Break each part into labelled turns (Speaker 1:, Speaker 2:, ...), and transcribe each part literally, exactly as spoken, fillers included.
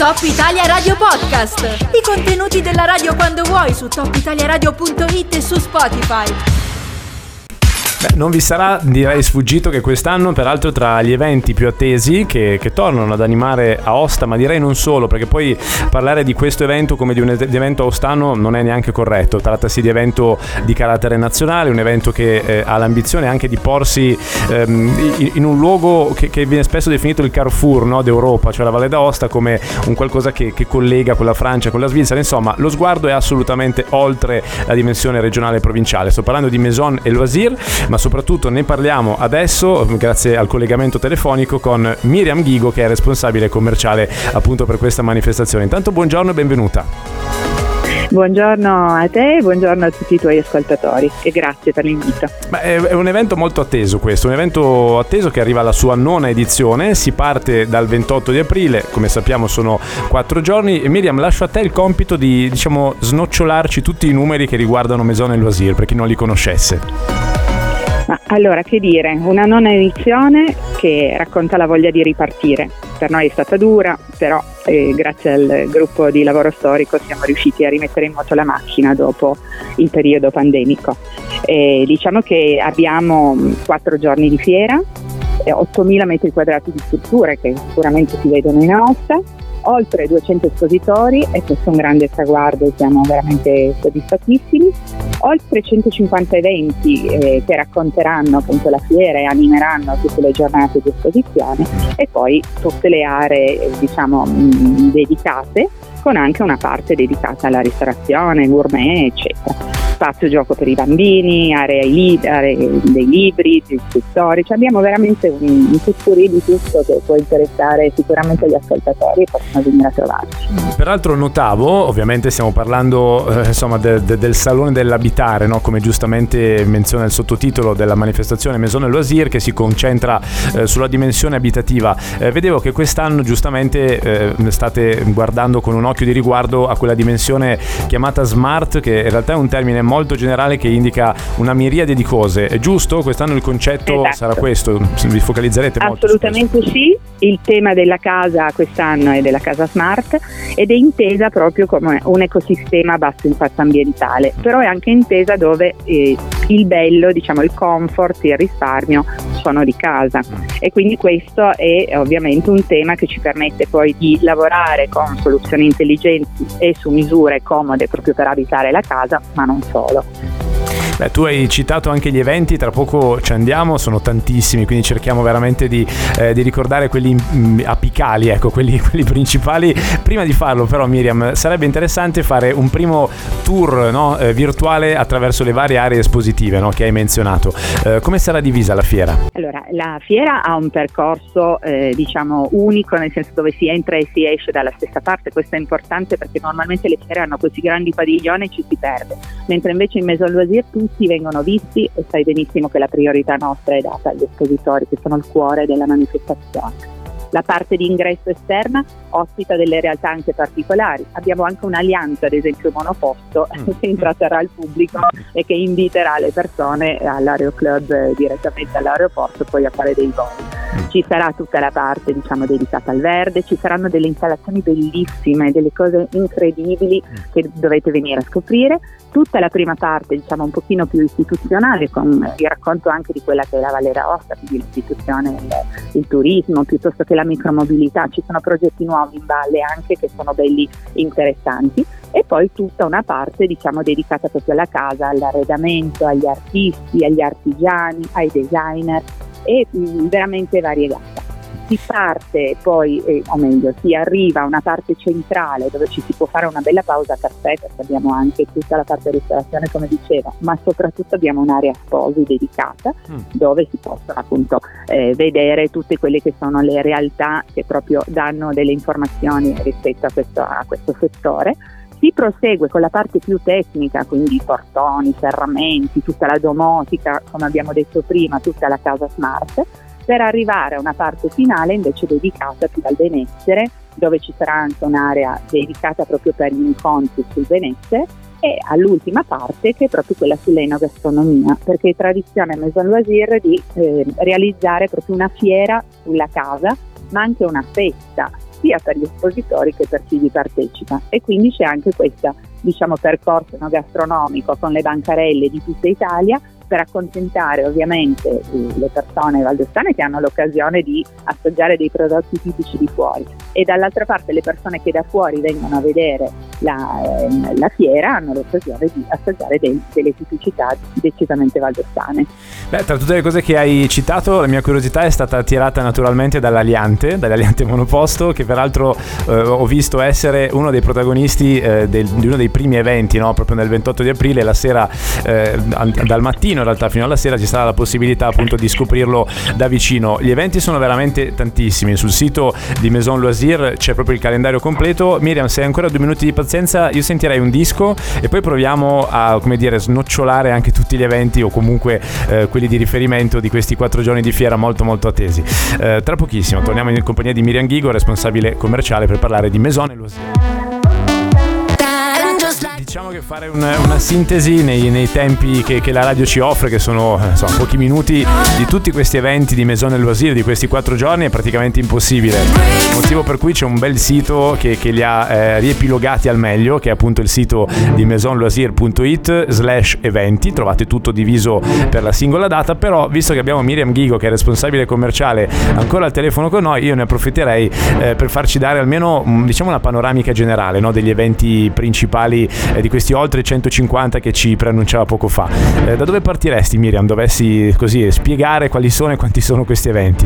Speaker 1: Top Italia Radio Podcast. I contenuti della radio quando vuoi su top italia radio punto it e su Spotify.
Speaker 2: Beh, non vi sarà, direi, sfuggito che quest'anno, peraltro, tra gli eventi più attesi che, che tornano ad animare Aosta, ma direi non solo, perché poi parlare di questo evento come di un evento aostano non è neanche corretto. Trattasi di evento di carattere nazionale, un evento che eh, ha l'ambizione anche di porsi ehm, in, in un luogo che, che viene spesso definito il Carrefour, no, d'Europa, cioè la Valle d'Aosta, come un qualcosa che, che collega con la Francia, con la Svizzera. Insomma, lo sguardo è assolutamente oltre la dimensione regionale e provinciale. Sto parlando di Maison et Loisirs, ma soprattutto ne parliamo adesso grazie al collegamento telefonico con Miriam Ghigo, che è responsabile commerciale appunto per questa manifestazione. Intanto buongiorno e benvenuta.
Speaker 3: Buongiorno a te e buongiorno a tutti i tuoi ascoltatori e grazie per l'invito.
Speaker 2: Beh, è un evento molto atteso questo, un evento atteso che arriva alla sua nona edizione. Si parte dal ventotto di aprile, come sappiamo sono quattro giorni. E Miriam, lascio a te il compito di, diciamo, snocciolarci tutti i numeri che riguardano Maison et Loisirs, per chi non li conoscesse.
Speaker 3: Ma allora, che dire, una nona edizione che racconta la voglia di ripartire. Per noi è stata dura, però eh, grazie al gruppo di lavoro storico siamo riusciti a rimettere in moto la macchina dopo il periodo pandemico. E diciamo che abbiamo quattro giorni di fiera, ottomila metri quadrati di strutture che sicuramente si vedono in Aosta, oltre duecento espositori, e questo è un grande traguardo e siamo veramente soddisfattissimi, oltre centocinquanta eventi eh, che racconteranno appunto la fiera e animeranno tutte le giornate di esposizione, e poi tutte le aree eh, diciamo mh, dedicate, con anche una parte dedicata alla ristorazione, gourmet, eccetera. Spazio gioco per i bambini, aree, li- aree dei libri, dei scrittori, cioè abbiamo veramente un, un potpourri di tutto che può interessare sicuramente gli ascoltatori e possono venire a trovarci.
Speaker 2: Peraltro notavo, ovviamente stiamo parlando eh, insomma de- de- del Salone dell'Abitare, no? Come giustamente menziona il sottotitolo della manifestazione Maison et Loisirs, che si concentra eh, sulla dimensione abitativa. Eh, vedevo che quest'anno giustamente eh, state guardando con un occhio di riguardo a quella dimensione chiamata smart, che in realtà è un termine molto generale che indica una miriade di cose. È giusto? Quest'anno il concetto
Speaker 3: esatto.
Speaker 2: sarà questo? Vi focalizzerete molto?
Speaker 3: Assolutamente sì. Il tema della casa quest'anno è della casa smart ed è intesa proprio come un ecosistema a basso impatto ambientale, però è anche intesa dove eh, il bello, diciamo il comfort, il risparmio sono di casa, e quindi questo è ovviamente un tema che ci permette poi di lavorare con soluzioni intelligenti e su misure comode proprio per abitare la casa, ma non solo.
Speaker 2: Beh, tu hai citato anche gli eventi, tra poco ci andiamo, sono tantissimi, quindi cerchiamo veramente di, eh, di ricordare quelli mh, apicali, ecco, quelli, quelli principali. Prima di farlo però, Miriam, sarebbe interessante fare un primo tour, no, eh, virtuale attraverso le varie aree espositive, no, che hai menzionato. Eh, come sarà divisa la fiera?
Speaker 3: Allora, la fiera ha un percorso eh, diciamo unico, nel senso dove si entra e si esce dalla stessa parte. Questo è importante perché normalmente le fiere hanno questi grandi padiglioni e ci si perde, mentre invece in Maison et Loisirs tutti vengono visti, e sai benissimo che la priorità nostra è data agli espositori, che sono il cuore della manifestazione. La parte di ingresso esterna ospita delle realtà anche particolari. Abbiamo anche un'alleanza, ad esempio monoposto, che intratterrà il pubblico e che inviterà le persone all'Aeroclub eh, direttamente all'aeroporto poi a fare dei voli. Ci sarà tutta la parte, diciamo, dedicata al verde, ci saranno delle installazioni bellissime, delle cose incredibili che dovete venire a scoprire. Tutta la prima parte, diciamo, un pochino più istituzionale, con il racconto anche di quella che è la Valle d'Aosta, quindi l'istituzione, il, il turismo, piuttosto che la micromobilità. Ci sono progetti nuovi in valle anche che sono belli interessanti, e poi tutta una parte, diciamo, dedicata proprio alla casa, all'arredamento, agli artisti, agli artigiani, ai designer, e mh, veramente variegata. Si parte poi, eh, o meglio, si arriva a una parte centrale dove ci si può fare una bella pausa caffè, perché abbiamo anche tutta la parte ristorazione, come dicevo, ma soprattutto abbiamo un'area sposi dedicata mm. dove si possono appunto eh, vedere tutte quelle che sono le realtà che proprio danno delle informazioni rispetto a questo, a questo settore. Si prosegue con la parte più tecnica, quindi portoni, serramenti, tutta la domotica, come abbiamo detto prima, tutta la casa smart, per arrivare a una parte finale invece dedicata più al benessere, dove ci sarà anche un'area dedicata proprio per gli incontri sul benessere, e all'ultima parte che è proprio quella sull'enogastronomia, perché è tradizione a Maison et Loisirs di eh, realizzare proprio una fiera sulla casa, ma anche una festa sia per gli espositori che per chi vi partecipa. E quindi c'è anche questo, diciamo, percorso enogastronomico con le bancarelle di tutta Italia, per accontentare ovviamente eh, le persone valdostane che hanno l'occasione di assaggiare dei prodotti tipici di fuori, e dall'altra parte le persone che da fuori vengono a vedere la, eh, la fiera hanno l'occasione di assaggiare dei, delle tipicità decisamente valdostane.
Speaker 2: Beh, tra tutte le cose che hai citato, la mia curiosità è stata attirata naturalmente dall'Aliante, dall'Aliante Monoposto, che peraltro eh, ho visto essere uno dei protagonisti eh, del, di uno dei primi eventi, no? Proprio nel ventotto di aprile, la sera, eh, dal mattino in realtà fino alla sera ci sarà la possibilità appunto di scoprirlo da vicino. Gli eventi sono veramente tantissimi, sul sito di Maison Loisir c'è proprio il calendario completo. Miriam, se hai ancora due minuti di pazienza, io sentirei un disco e poi proviamo a, come dire, snocciolare anche tutti gli eventi o comunque eh, quelli di riferimento di questi quattro giorni di fiera molto molto attesi. Eh, tra pochissimo torniamo in compagnia di Miriam Ghigo, responsabile commerciale, per parlare di Maison Loisir. Diciamo che fare un, una sintesi nei, nei tempi che, che la radio ci offre, che sono insomma pochi minuti, di tutti questi eventi di Maison Loisir di questi quattro giorni, è praticamente impossibile. Motivo per cui c'è un bel sito che, che li ha eh, riepilogati al meglio, che è appunto il sito di maisonloisir punto it slash eventi. Trovate tutto diviso per la singola data, però visto che abbiamo Miriam Ghigo, che è responsabile commerciale, ancora al telefono con noi, io ne approfitterei eh, per farci dare almeno diciamo una panoramica generale, no, degli eventi principali eh, di questi oltre centocinquanta che ci preannunciava poco fa. Eh, da dove partiresti, Miriam, dovessi così spiegare quali sono e quanti sono questi eventi?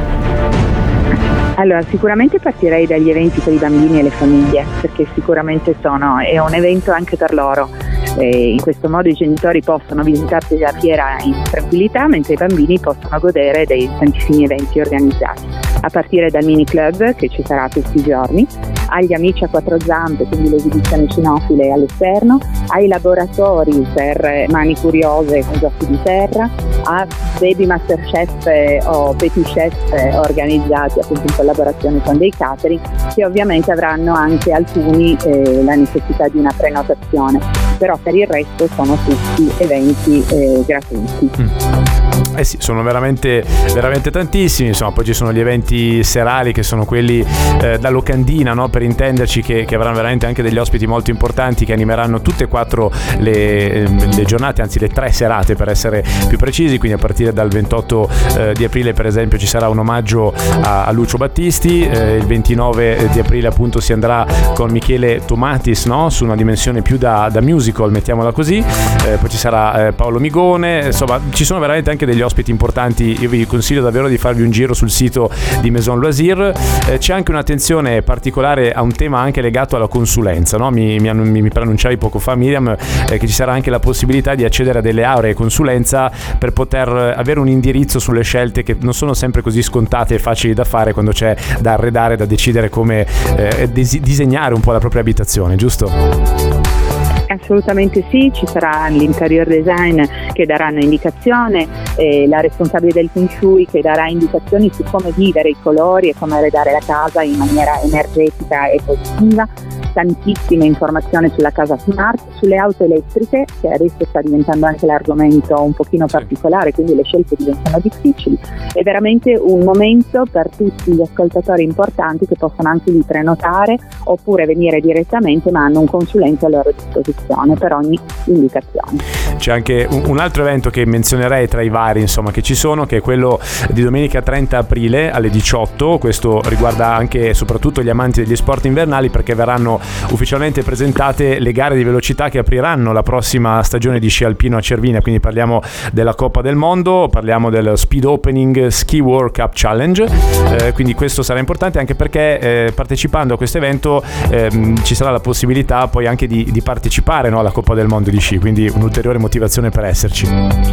Speaker 3: Allora, sicuramente partirei dagli eventi per i bambini e le famiglie, perché sicuramente sono, è un evento anche per loro. E in questo modo i genitori possono visitare la fiera in tranquillità, mentre i bambini possono godere dei tantissimi eventi organizzati, a partire dal mini club che ci sarà questi giorni, agli amici a quattro zampe, quindi le esibizioni cinofile all'esterno, ai laboratori per mani curiose con giochi di terra, a baby master chef o petit chef organizzati appunto in collaborazione con dei catering, che ovviamente avranno anche alcuni eh, la necessità di una prenotazione, però per il resto sono tutti eventi eh, gratuiti.
Speaker 2: Mm. Eh sì, sono veramente veramente tantissimi. Insomma, poi ci sono gli eventi serali, che sono quelli eh, da locandina, no? Per intenderci, che, che avranno veramente anche degli ospiti molto importanti, che animeranno tutte e quattro le, le giornate, anzi le tre serate per essere più precisi. Quindi a partire dal ventotto eh, di aprile, per esempio, ci sarà un omaggio a, a Lucio Battisti, eh, il ventinove di aprile appunto si andrà con Michele Tomatis, no? Su una dimensione più da, da musical, mettiamola così. Eh, poi ci sarà eh, Paolo Migone, insomma ci sono veramente anche degli ospiti importanti. Io vi consiglio davvero di farvi un giro sul sito di Maison Loisir. Eh, c'è anche un'attenzione particolare a un tema anche legato alla consulenza, no? Mi, mi, mi, mi preannunciavi poco fa, Miriam, eh, che ci sarà anche la possibilità di accedere a delle aree consulenza per poter avere un indirizzo sulle scelte che non sono sempre così scontate e facili da fare quando c'è da arredare, da decidere come eh, dis- disegnare un po' la propria abitazione, giusto?
Speaker 3: Assolutamente sì, ci sarà l'interior design che daranno indicazione, eh, la responsabile del Feng Shui che darà indicazioni su come vivere i colori e come arredare la casa in maniera energetica e positiva. Tantissime informazioni sulla casa smart, sulle auto elettriche, che adesso sta diventando anche l'argomento un pochino particolare, quindi le scelte diventano difficili. È veramente un momento per tutti gli ascoltatori importanti che possono anche lì prenotare oppure venire direttamente, ma hanno un consulente a loro disposizione per ogni indicazione.
Speaker 2: C'è anche un, un altro evento che menzionerei tra i vari, insomma, che ci sono, che è quello di domenica trenta aprile alle diciotto. Questo riguarda anche e soprattutto gli amanti degli sport invernali, perché verranno ufficialmente presentate le gare di velocità che apriranno la prossima stagione di sci alpino a Cervinia. Quindi parliamo della Coppa del Mondo, parliamo del Speed Opening Ski World Cup Challenge, eh, quindi questo sarà importante anche perché eh, partecipando a questo evento eh, ci sarà la possibilità poi anche di, di partecipare, no, alla Coppa del Mondo di sci, quindi un'ulteriore motivazione per esserci.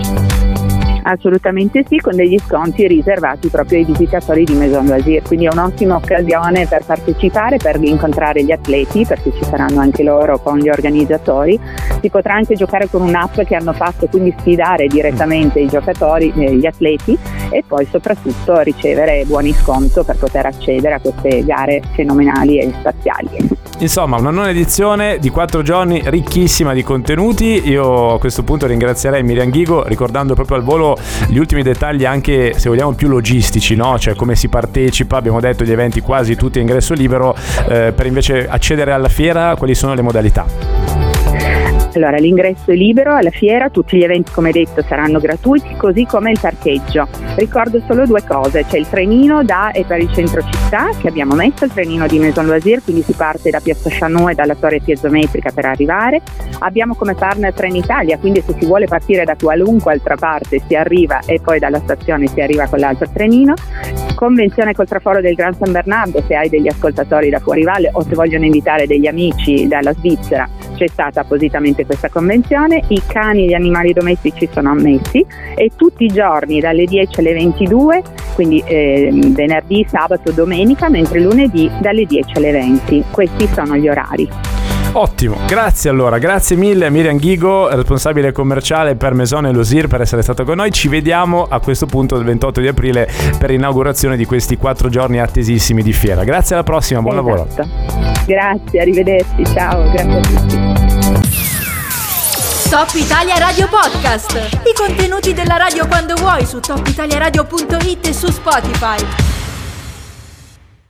Speaker 3: Assolutamente sì, con degli sconti riservati proprio ai visitatori di Maison Loisir, quindi è un'ottima occasione per partecipare, per incontrare gli atleti, perché ci saranno anche loro con gli organizzatori. Si potrà anche giocare con un'app che hanno fatto, quindi sfidare direttamente i giocatori, eh, gli atleti, e poi soprattutto ricevere buoni sconto per poter accedere a queste gare fenomenali e spaziali.
Speaker 2: Insomma, una non edizione di quattro giorni ricchissima di contenuti. Io a questo punto ringrazierei Miriam Ghigo, ricordando proprio al volo gli ultimi dettagli, anche se vogliamo più logistici, no? Cioè come si partecipa. Abbiamo detto gli eventi quasi tutti a ingresso libero, eh, per invece accedere alla fiera quali sono le modalità?
Speaker 3: Allora, l'ingresso è libero alla fiera, tutti gli eventi come detto saranno gratuiti, così come il parcheggio. Ricordo solo due cose: c'è il trenino da e per il centro città che abbiamo messo, il trenino di Maison Loisir, quindi si parte da Piazza Chanot e dalla torre piezometrica per arrivare. Abbiamo come partner Trenitalia, quindi se si vuole partire da qualunque altra parte si arriva e poi dalla stazione si arriva con l'altro trenino. Convenzione col traforo del Gran San Bernardo, se hai degli ascoltatori da Fuorivalle o se vogliono invitare degli amici dalla Svizzera, c'è stata appositamente questa convenzione. I cani e gli animali domestici sono ammessi e tutti i giorni dalle dieci alle ventidue, quindi eh, venerdì, sabato, domenica, mentre lunedì dalle dieci alle venti. Questi sono gli orari.
Speaker 2: Ottimo, grazie allora, grazie mille a Miriam Ghigo, responsabile commerciale per Maison Loisir, per essere stato con noi. Ci vediamo a questo punto il ventotto di aprile per l'inaugurazione di questi quattro giorni attesissimi di fiera. Grazie, alla prossima, buon
Speaker 3: esatto.
Speaker 2: lavoro.
Speaker 3: Grazie, arrivederci, ciao, grazie a tutti.
Speaker 1: Top Italia Radio Podcast. I contenuti della radio quando vuoi su top italia radio punto it e su Spotify.